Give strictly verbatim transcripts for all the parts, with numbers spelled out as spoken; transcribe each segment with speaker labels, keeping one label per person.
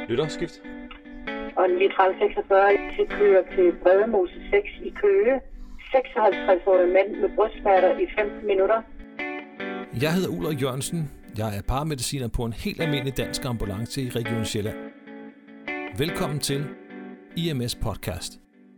Speaker 1: Lytterskift.
Speaker 2: Og en Vitral seksogfyrre til kører til Bredemose seks i Køge. seksoghalvtreds-årig mand med brystsmerter i femten minutter.
Speaker 3: Jeg hedder Ulrik Jørgensen. Jeg er paramediciner på en helt almindelig dansk ambulance i Region Sjælland. Velkommen til I M S Podcast.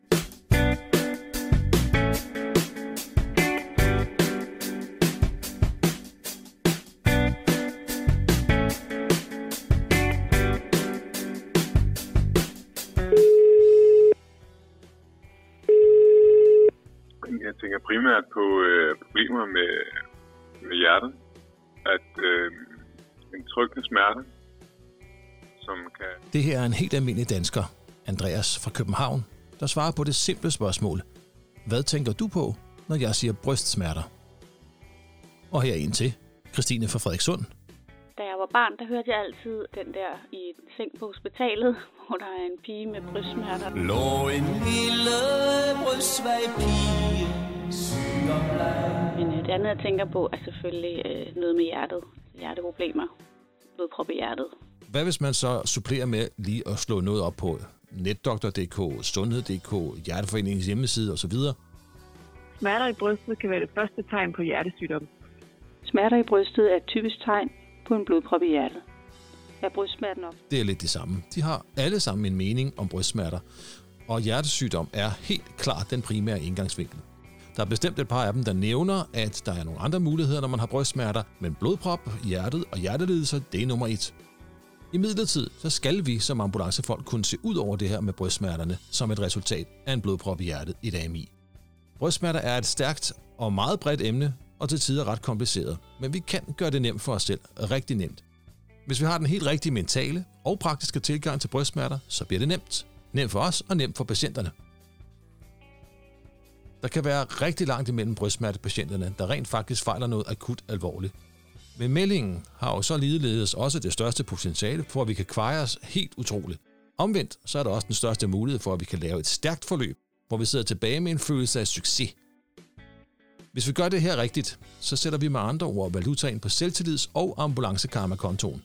Speaker 4: Jeg tænker primært på øh, problemer med, med hjertet. At øh, en trykkende smerte, som kan...
Speaker 3: Det her er en helt almindelig dansker, Andreas fra København, der svarer på det simple spørgsmål. Hvad tænker du på, når jeg siger brystsmerter? Og her er en til, Christine fra Frederikssund.
Speaker 5: Da jeg var barn, der hørte jeg altid den der i en seng på hospitalet, hvor der er en pige med brystsmerter.
Speaker 6: Lå en lille brystsvag pige, syg og bleg.
Speaker 5: Men det andet, jeg tænker på, er selvfølgelig øh, noget med hjertet. Hjerteproblemer. Blodprop i hjertet.
Speaker 3: Hvad hvis man så supplerer med lige at slå noget op på netdoktor punktum d k, sundhed punktum d k, Hjerteforeningens hjemmeside osv.?
Speaker 7: Smerter i brystet kan være det første tegn på hjertesygdom.
Speaker 5: Smerter i brystet er et typisk tegn på en blodprop i hjertet. Er brystsmerten op?
Speaker 3: Det er lidt det samme. De har alle sammen en mening om brystsmerter, og hjertesygdom er helt klart den primære indgangsvinkel. Der er bestemt et par af dem, der nævner, at der er nogle andre muligheder, når man har brystsmerter, men blodprop i hjertet og hjertelidelser, det er nummer et. I midlertid, så skal vi som ambulancefolk kunne se ud over det her med brystsmerterne som et resultat af en blodprop i hjertet, et A M I. Brystsmerter er et stærkt og meget bredt emne, og til tider ret kompliceret, men vi kan gøre det nemt for os selv, rigtig nemt. Hvis vi har den helt rigtige mentale og praktiske tilgang til brystsmerter, så bliver det nemt. Nemt for os og nemt for patienterne. Der kan være rigtig langt imellem brystsmertepatienterne, der rent faktisk fejler noget akut alvorligt. Men meldingen har jo så ligeledes også det største potentiale for, at vi kan kveje os helt utroligt. Omvendt så er der også den største mulighed for, at vi kan lave et stærkt forløb, hvor vi sidder tilbage med en følelse af succes. Hvis vi gør det her rigtigt, så sætter vi med andre ord valutaen på selvtillids- og ambulancekarma-kontoen.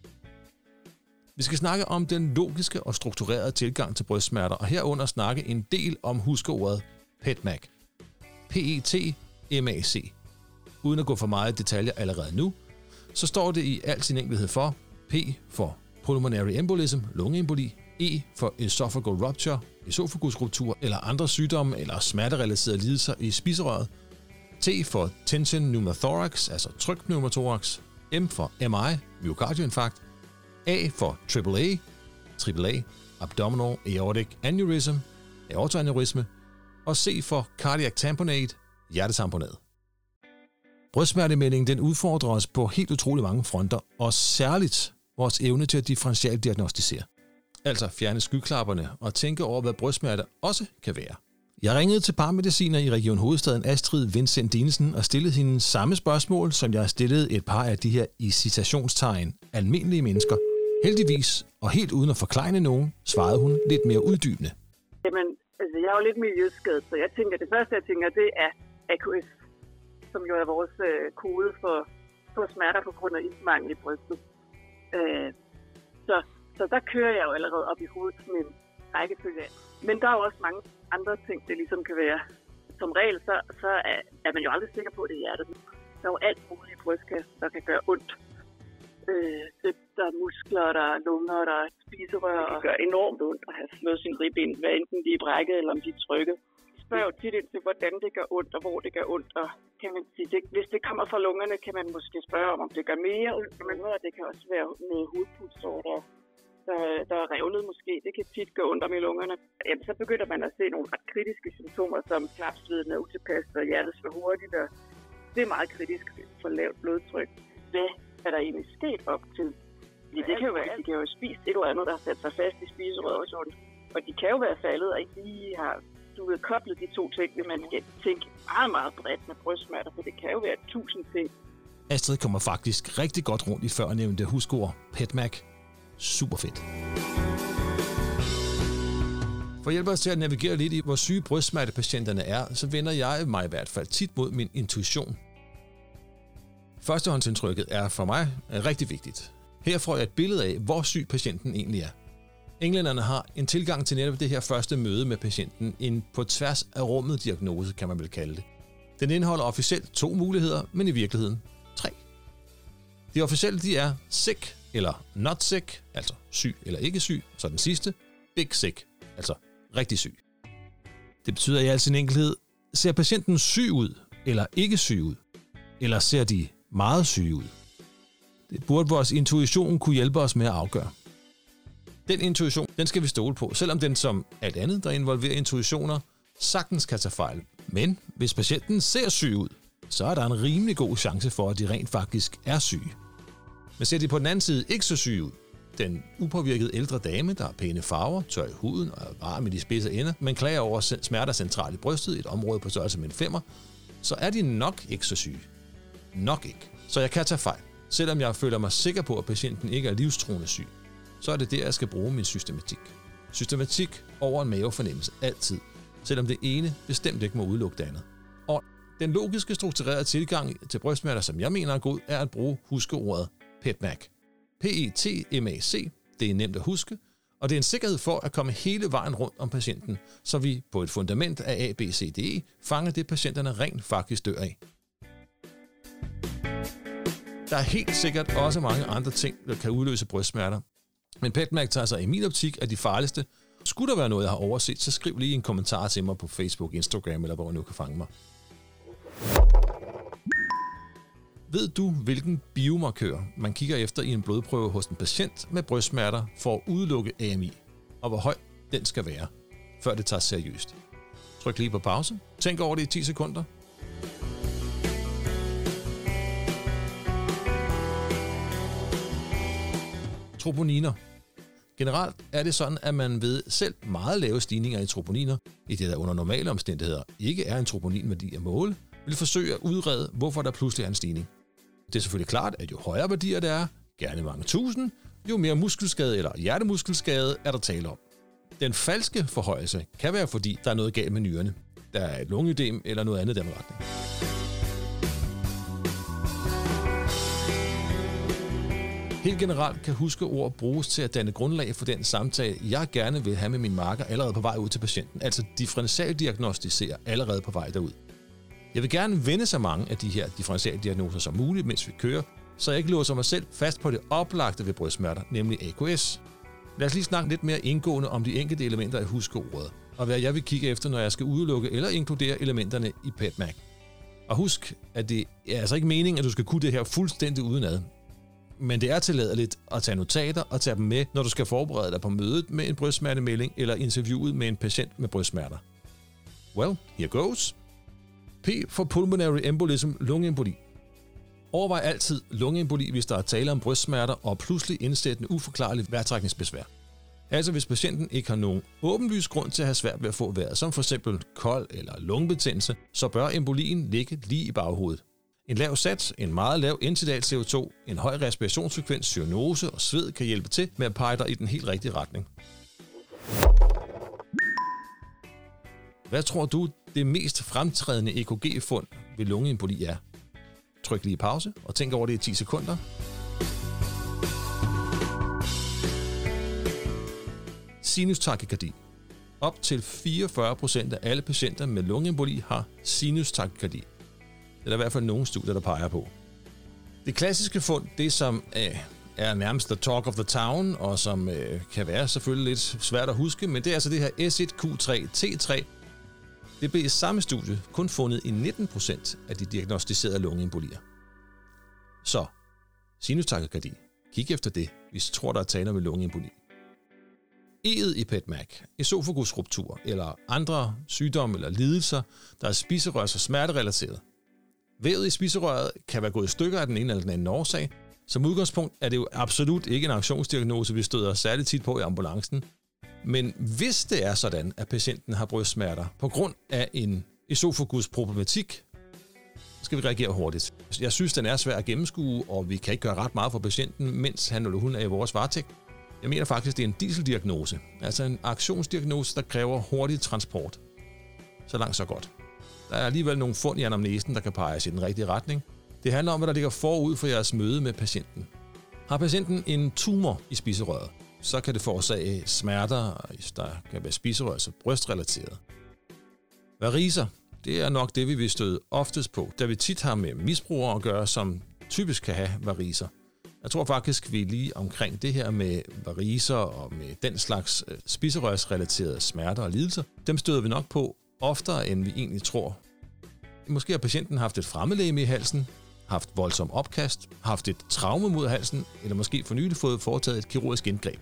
Speaker 3: Vi skal snakke om den logiske og strukturerede tilgang til brystsmerter, og herunder snakke en del om huskeordet P E T M A C. P E T M A C. Uden at gå for meget detaljer allerede nu, så står det i al sin enkelhed for P for pulmonary embolism, lungeemboli, E for esophageal rupture, esofagusruptur eller andre sygdomme eller smerterelaterede lidelser i spiserøret, T for tension pneumothorax, altså tryk pneumothorax, M for M I, myokardioinfarkt, A for triple A, triple A, abdominal aortic aneurysm, aortoaneurysme, og C for cardiac tamponade, hjertetamponade. Brystsmertemeldingen den udfordrer os på helt utrolig mange fronter, og særligt vores evne til at differentielt diagnostisere. Altså fjerne skyklapperne og tænke over, hvad brystsmerte også kan være. Jeg ringede til paramediciner i Region Hovedstaden Astrid Vincent Dinesen og stillede hende samme spørgsmål, som jeg har stillet et par af de her i citationstegn almindelige mennesker. Heldigvis, og helt uden at forklejne nogen, svarede hun lidt mere uddybende.
Speaker 7: Jamen, altså jeg er jo lidt miljøskadet, så jeg tænker, det første jeg tænker, det er A K S, som jo er vores øh, kode for, for smerter på grund af iltmangel i brystet. Øh, så, så der kører jeg jo allerede op i hovedet med en rækkefølge af. Men der er jo også mange andre ting, det ligesom kan være. Som regel, så, så er, er man jo aldrig sikker på, at det er hjertet. Der er jo alt muligt i brystkassen, der kan gøre ondt. Øh, der er muskler, der er lunger, der er spiserør. Det gør enormt ondt at have slået sin ribben, hvad enten de er brækket eller om de er trykket. Jeg spørger jo tit ind til, hvordan det gør ondt og hvor det gør ondt. Og kan man sige, det, hvis det kommer fra lungerne, kan man måske spørge om, om det gør mere ondt. Men det kan også være noget hovedpulsår, der, der, der er revnet måske. Det kan tit gøre ondt om i lungerne. Jamen, så begynder man at se nogle ret kritiske symptomer, som klapsveden er utilpas og hjertet slår hurtigt. Og det er meget kritisk for lavt blodtryk. Hvad er der egentlig sket op til? Ja, det kan jo være, at de kan jo spise et eller andet, der har sat sig fast i spiserøret og sådan. Og de kan jo være faldet, og ikke lige har du ved, koblet de to ting, men man skal tænke meget, meget bredt med brystsmerter, for det kan jo være tusind ting.
Speaker 3: Astrid kommer faktisk rigtig godt rundt i førnævnte huskord P E T M A C. Super fedt. For at hjælpe os til at navigere lidt i, hvor syge brystsmertepatienterne er, så vender jeg mig i hvert fald tit mod min intuition. Førstehåndsindtrykket er for mig rigtig vigtigt. Her får jeg et billede af, hvor syg patienten egentlig er. Englænderne har en tilgang til netop det her første møde med patienten, en på tværs af rummet diagnose, kan man vel kalde det. Den indeholder officielt to muligheder, men i virkeligheden tre. De officielle de er sick eller not sick, altså syg eller ikke syg, så den sidste, big sick, altså rigtig syg. Det betyder i al sin enkelhed, ser patienten syg ud eller ikke syg ud, eller ser de meget syge ud? Det burde vores intuition kunne hjælpe os med at afgøre. Den intuition, den skal vi stole på, selvom den som alt andet, der involverer intuitioner, sagtens kan tage fejl. Men hvis patienten ser syg ud, så er der en rimelig god chance for, at de rent faktisk er syge. Men ser de på den anden side ikke så syge ud, den upåvirkede ældre dame, der har pæne farver, tør i huden og er varm i de spidse ender, men klager over smerter centralt i brystet, et område på størrelse med en femmer, så er de nok ikke så syge. Nok ikke. Så jeg kan tage fejl. Selvom jeg føler mig sikker på, at patienten ikke er livstruende syg, så er det der, jeg skal bruge min systematik. Systematik over en mavefornemmelse altid, selvom det ene bestemt ikke må udelukke det andet. Og den logiske strukturerede tilgang til brystsmerter, som jeg mener er god, er at bruge huskeordet P E T M A C. P E T M A C, det er nemt at huske, og det er en sikkerhed for at komme hele vejen rundt om patienten, så vi på et fundament af A, B, C, D, E fanger det, patienterne rent faktisk dør af. Der er helt sikkert også mange andre ting, der kan udløse brystsmerter, men P E T M A C tager sig i min optik af de farligste. Skulle der være noget, jeg har overset, så skriv lige en kommentar til mig på Facebook, Instagram eller hvor jeg nu kan fange mig. Ved du, hvilken biomarkør man kigger efter i en blodprøve hos en patient med brystsmerter for at udelukke A M I, og hvor høj den skal være, før det tages seriøst? Tryk lige på pause. Tænk over det i ti sekunder. Troponiner. Generelt er det sådan, at man ved selv meget lave stigninger i troponiner, i det der under normale omstændigheder ikke er en troponinværdi at måle, vil forsøge at udrede, hvorfor der pludselig er en stigning. Det er selvfølgelig klart, at jo højere værdier der er, gerne mange tusind, jo mere muskelskade eller hjertemuskelskade er der tale om. Den falske forhøjelse kan være, fordi der er noget galt med nyrerne. Der er et lungeødem eller noget andet i den retning. Helt generelt kan huskeord bruges til at danne grundlag for den samtale, jeg gerne vil have med min marker allerede på vej ud til patienten, altså differentialdiagnostisere allerede på vej derud. Jeg vil gerne vende så mange af de her differentialdiagnoser som muligt, mens vi kører, så jeg ikke låser mig selv fast på det oplagte ved brystsmerter, nemlig A K S. Lad os lige snakke lidt mere indgående om de enkelte elementer i huskeordet, og hvad jeg vil kigge efter, når jeg skal udelukke eller inkludere elementerne i P E T M A C. Og husk, at det er altså ikke meningen, at du skal kunne det her fuldstændig udenad. Men det er tilladeligt at tage notater og tage dem med, når du skal forberede dig på mødet med en brystsmertemelding eller interviewet med en patient med brystsmerter. Well, here goes. P for pulmonary embolism, lungeemboli. Overvej altid lungeemboli, hvis der er tale om brystsmerter og pludselig indsættende uforklarligt vejrtrækningsbesvær. Altså hvis patienten ikke har nogen åbenlys grund til at have svært ved at få vejret, som f.eks. kold eller lungebetændelse, så bør embolien ligge lige i baghovedet. En lav sats, en meget lav indtidal C O to, en høj respirationsfrekvens, cyanose og sved kan hjælpe til med at pege dig i den helt rigtige retning. Hvad tror du, det mest fremtrædende E K G-fund ved lungeemboli er? Tryk lige pause og tænk over det i ti sekunder. Sinus takykardi. Op til fireogfyrre procent af alle patienter med lungeemboli har sinus takykardi. Det er der i hvert fald nogle studier, der peger på. Det klassiske fund, det som øh, er nærmest the talk of the town, og som øh, kan være selvfølgelig lidt svært at huske, men det er altså det her S et Q tre T tre. Det blev i samme studie kun fundet i nitten procent af de diagnostiserede lungeembolier. Så, sinus takykardi. Kig efter det, hvis du tror, der er tale om lungeemboli. E'et i P E T M A C, esofagusruptur eller andre sygdomme eller lidelser, der er spiserørs- og smerterelateret. Vævet i spiserøret kan være gået i stykker af den ene eller den anden årsag. Som udgangspunkt er det jo absolut ikke en aktionsdiagnose, vi støder særligt tit på i ambulancen. Men hvis det er sådan, at patienten har brystsmerter på grund af en esofagusproblematik, så skal vi reagere hurtigt. Jeg synes, den er svær at gennemskue, og vi kan ikke gøre ret meget for patienten, mens han eller hun er i vores varetægt. Jeg mener faktisk, det er en dieseldiagnose, altså en aktionsdiagnose, der kræver hurtig transport. Så langt så godt. Der er alligevel nogle fund i anamnesen, der kan pege os i den rigtige retning. Det handler om, hvad der ligger forud for jeres møde med patienten. Har patienten en tumor i spiserøret, så kan det forårsage smerter, der kan være spiserør, altså brystrelateret. Varicer, det er nok det, vi vil støde oftest på, da vi tit har med misbrugere at gøre, som typisk kan have varicer. Jeg tror faktisk, vi er lige omkring det her med varicer og med den slags spiserørsrelaterede smerter og lidelser. Dem støder vi nok på oftere, end vi egentlig tror. Måske har patienten haft et fremmedlegeme i halsen, haft voldsom opkast, haft et traume mod halsen, eller måske for nylig fået foretaget et kirurgisk indgreb.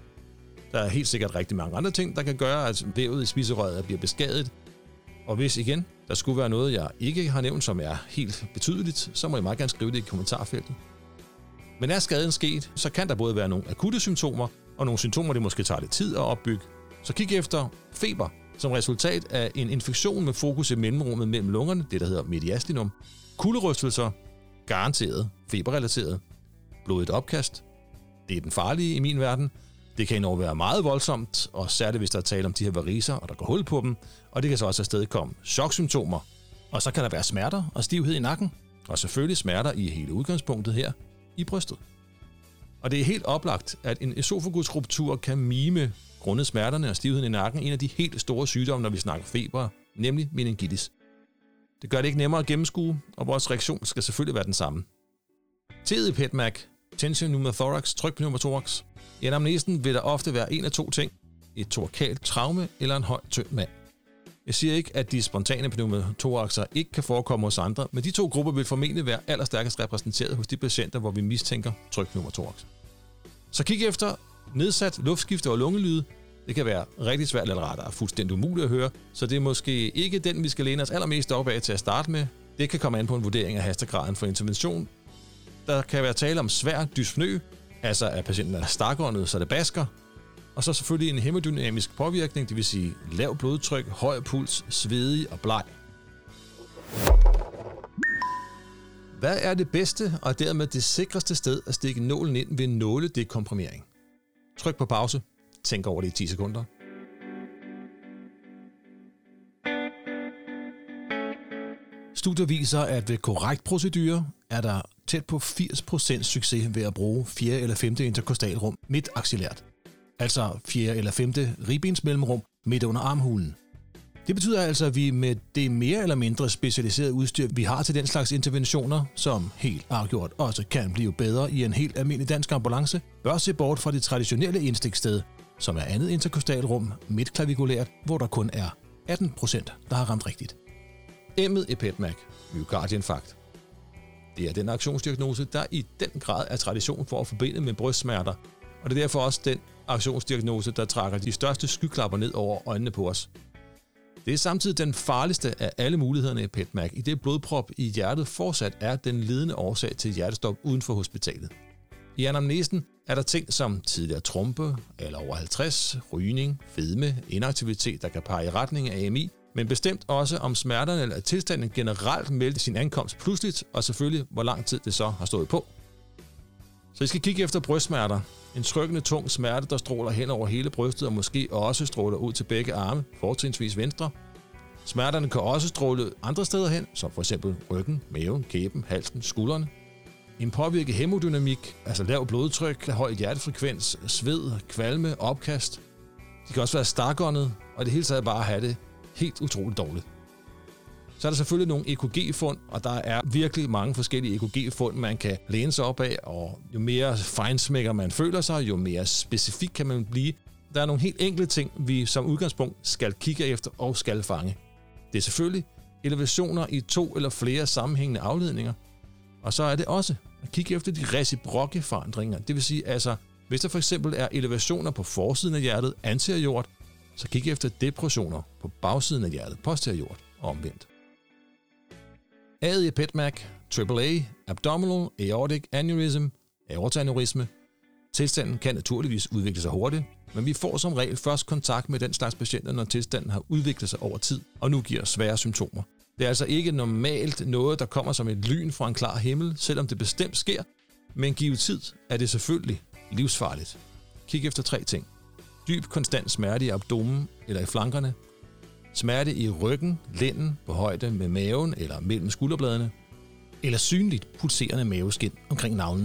Speaker 3: Der er helt sikkert rigtig mange andre ting, der kan gøre, at vævet i spiserøret bliver beskadiget. Og hvis igen, der skulle være noget, jeg ikke har nævnt, som er helt betydeligt, så må I meget gerne skrive det i kommentarfeltet. Men er skaden sket, så kan der både være nogle akutte symptomer, og nogle symptomer, det måske tager lidt tid at opbygge. Så kig efter feber, som resultat af en infektion med fokus i mellemrummet mellem lungerne, det der hedder mediastinum. Kulderystelser, garanteret feberrelateret. Blodigt opkast, det er den farlige i min verden. Det kan endnu være meget voldsomt, og særligt hvis der er tale om de her varicer, og der går hul på dem. Og det kan så også afstedkomme choksymptomer. Og så kan der være smerter og stivhed i nakken. Og selvfølgelig smerter i hele udgangspunktet her i brystet. Og det er helt oplagt, at en esofagusruptur kan mime grundet smerterne og stivheden i nakken en af de helt store sygdomme, når vi snakker feber, nemlig meningitis. Det gør det ikke nemmere at gennemskue, og vores reaktion skal selvfølgelig være den samme. T'et i PETMAC, tension pneumothorax, tryk pneumothorax. I anamnesen vil der ofte være en af to ting, et thorakalt traume eller en høj tynd mand. Jeg siger ikke, at de spontane pneumothoraxer ikke kan forekomme hos andre, men de to grupper vil formentlig være allerstærkest repræsenteret hos de patienter, hvor vi mistænker tryk pneumothorax. Så kig efter nedsat luftskifte og lungelyde. Det kan være rigtig svært eller rettere fuldstændig umuligt at høre, så det er måske ikke den, vi skal læne os allermest op af til at starte med. Det kan komme an på en vurdering af hastegraden for intervention. Der kan være tale om svær dyspnø, altså at patienten er stakåndet, så det basker. Og så selvfølgelig en hemodynamisk påvirkning, det vil sige lav blodtryk, høj puls, svedig og bleg. Hvad er det bedste og dermed det sikreste sted at stikke nålen ind ved nåledekomprimering? Tryk på pause. Tænk over det i ti sekunder. Studier viser, at ved korrekt procedure er der tæt på firs procent succes ved at bruge fjerde eller femte interkostalrum midt axillært. Altså fjerde eller femte ribbensmellemrum midt under armhulen. Det betyder altså, at vi med det mere eller mindre specialiserede udstyr, vi har til den slags interventioner, som helt afgjort også kan blive bedre i en helt almindelig dansk ambulance, bør se bort fra det traditionelle indstikssted, som er andet interkostalrum midtklavikulært, hvor der kun er atten procent, der har ramt rigtigt. M'et i PETMAC, myokardinfarkt. Det er den aktionsdiagnose, der i den grad er tradition for at forbinde med brystsmerter, og det er derfor også den aktionsdiagnose, der trækker de største skyklapper ned over øjnene på os. Det er samtidig den farligste af alle mulighederne i PETMAC, i det blodprop i hjertet fortsat er den ledende årsag til hjertestop uden for hospitalet. I anamnesen er der ting som tidligere trompe, eller over halvtreds, rygning, fedme, inaktivitet, der kan pege i retning af A M I, men bestemt også om smerterne eller tilstanden generelt meldte sin ankomst pludseligt, og selvfølgelig hvor lang tid det så har stået på. Så I skal kigge efter brystsmerter. En trykkende tung smerte, der stråler hen over hele brystet og måske også stråler ud til begge arme, fortrinsvis venstre. Smerterne kan også stråle andre steder hen, som f.eks. ryggen, maven, kæben, halsen, skuldrene. En påvirket hemodynamik, altså lav blodtryk, høj hjertefrekvens, sved, kvalme, opkast. De kan også være stakåndet, og det hele taget bare have det helt utroligt dårligt. Så er der selvfølgelig nogle E K G-fund, og der er virkelig mange forskellige E K G-fund, man kan læne sig op af, og jo mere fejnsmækker man føler sig, jo mere specifik kan man blive. Der er nogle helt enkle ting, vi som udgangspunkt skal kigge efter og skal fange. Det er selvfølgelig elevationer i to eller flere sammenhængende afledninger, og så er det også at kigge efter de reciprokke forandringer. Det vil sige, altså, hvis der for eksempel er elevationer på forsiden af hjertet anteriort, så kig efter depressioner på bagsiden af hjertet posteriort og omvendt. A'et i PETMAC, triple A, abdominal aortic aneurysm, aortaaneurisme. Tilstanden kan naturligvis udvikle sig hurtigt, men vi får som regel først kontakt med den slags patienter, når tilstanden har udviklet sig over tid og nu giver svære symptomer. Det er altså ikke normalt noget, der kommer som et lyn fra en klar himmel, selvom det bestemt sker, men givet tid er det selvfølgelig livsfarligt. Kig efter tre ting. Dyb, konstant smerte i abdomen eller i flankerne. Smerte i ryggen, lænden på højde med maven eller mellem skulderbladene. Eller synligt pulserende maveskin omkring navlen.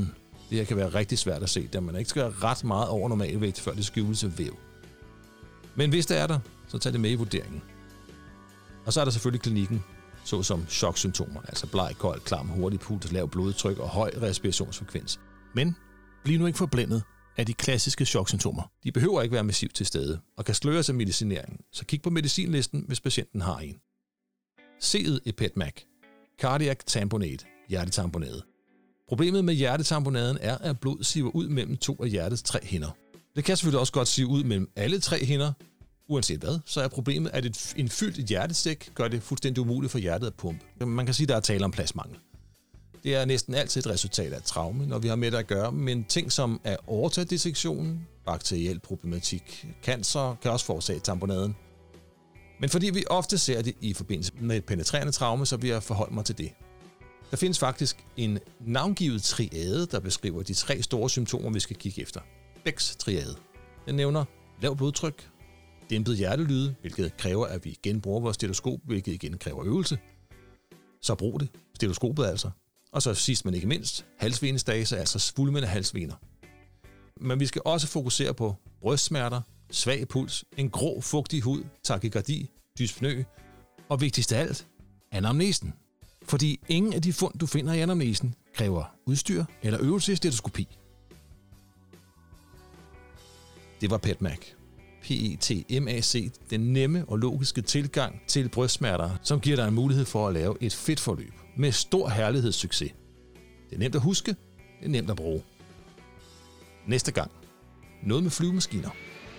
Speaker 3: Det her kan være rigtig svært at se, da man ikke skal være ret meget over normalvægt, før det skjules af væv. Men hvis det er der, så tag det med i vurderingen. Og så er der selvfølgelig klinikken, såsom choksymptomer, altså bleg, kold, klam, hurtig puls, lav blodtryk og høj respirationsfrekvens.
Speaker 1: Men bliv nu ikke forblændet af de klassiske choksymptomer.
Speaker 3: De behøver ikke være massivt til stede og kan sløres af medicineringen, så kig på medicinlisten, hvis patienten har en. C'et i PET-M A C. Cardiac tamponade, hjertetamponade. Problemet med hjertetamponaden er, at blod siver ud mellem to af hjertets tre hinder. Det kan selvfølgelig også godt sive ud mellem alle tre hinder. Uanset hvad, så er problemet, at et, en fyldt hjertestik gør det fuldstændig umuligt for hjertet at pumpe. Man kan sige, at der er tale om pladsmangel. Det er næsten altid et resultat af et traume, når vi har med det at gøre, men ting som er aortadissektion, bakteriel problematik, cancer kan også forårsage tamponaden. Men fordi vi ofte ser det i forbindelse med et penetrerende traume, så vil jeg forholde mig til det. Der findes faktisk en navngivet triade, der beskriver de tre store symptomer, vi skal kigge efter. Becks triade. Den nævner lav blodtryk, dæmpet hjertelyde, hvilket kræver, at vi igen bruger vores stetoskop, hvilket igen kræver øvelse. Så brug det, stetoskopet altså. Og så sidst men ikke mindst, halsvenestase, altså svulmende halsvener. Men vi skal også fokusere på brystsmerter, svag puls, en grå, fugtig hud, takykardi, dyspnø og vigtigst af alt, anamnesen. Fordi ingen af de fund, du finder i anamnesen, kræver udstyr eller øvelse i stetoskopi. Det var PET-M A C. P E T M A C, den nemme og logiske tilgang til brystsmerter, som giver dig en mulighed for at lave et fedtforløb med stor herlighedssucces. Det er nemt at huske, det er nemt at bruge. Næste gang, noget med flyvemaskiner.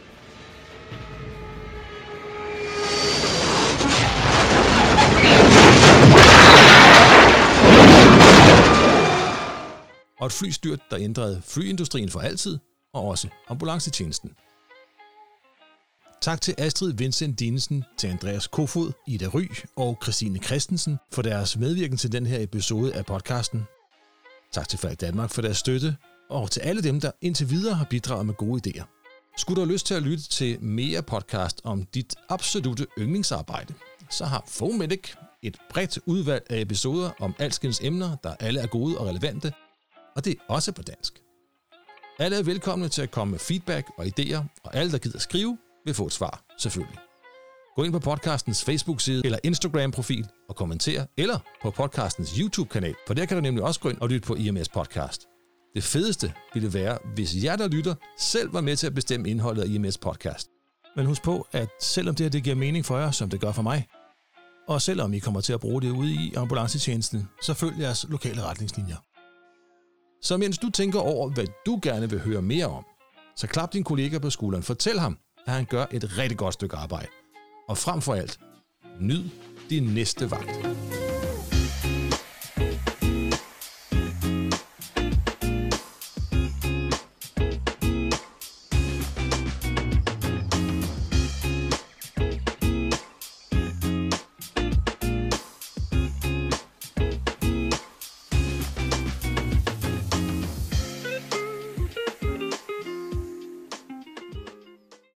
Speaker 3: Og et flystyrt, der ændrede flyindustrien for altid, og også ambulancetjenesten. Tak til Astrid Vincent Dinesen, til Andreas Kofod, Ida Ry og Christine Christensen for deres medvirken til den her episode af podcasten. Tak til Falck Danmark for deres støtte, og til alle dem, der indtil videre har bidraget med gode idéer. Skulle du have lyst til at lytte til mere podcast om dit absolute yndlingsarbejde, så har Fomedic et bredt udvalg af episoder om alskens emner, der alle er gode og relevante, og det er også på dansk. Alle er velkomne til at komme med feedback og idéer, og alle, der gider skrive, vil få et svar, selvfølgelig. Gå ind på podcastens Facebook-side eller Instagram-profil og kommenter, eller på podcastens YouTube-kanal, for der kan du nemlig også gå ind og lytte på I M S Podcast. Det fedeste ville være, hvis jer, der lytter, selv var med til at bestemme indholdet af I M S Podcast.
Speaker 1: Men husk på, at selvom det her det giver mening for jer, som det gør for mig, og selvom I kommer til at bruge det ude i ambulancetjenesten, så følg jeres lokale retningslinjer.
Speaker 3: Så mens du tænker over, hvad du gerne vil høre mere om, så klap din kollega på skulderen. Fortæl ham, at han gør et rigtig godt stykke arbejde. Og frem for alt, nyd din næste vagt.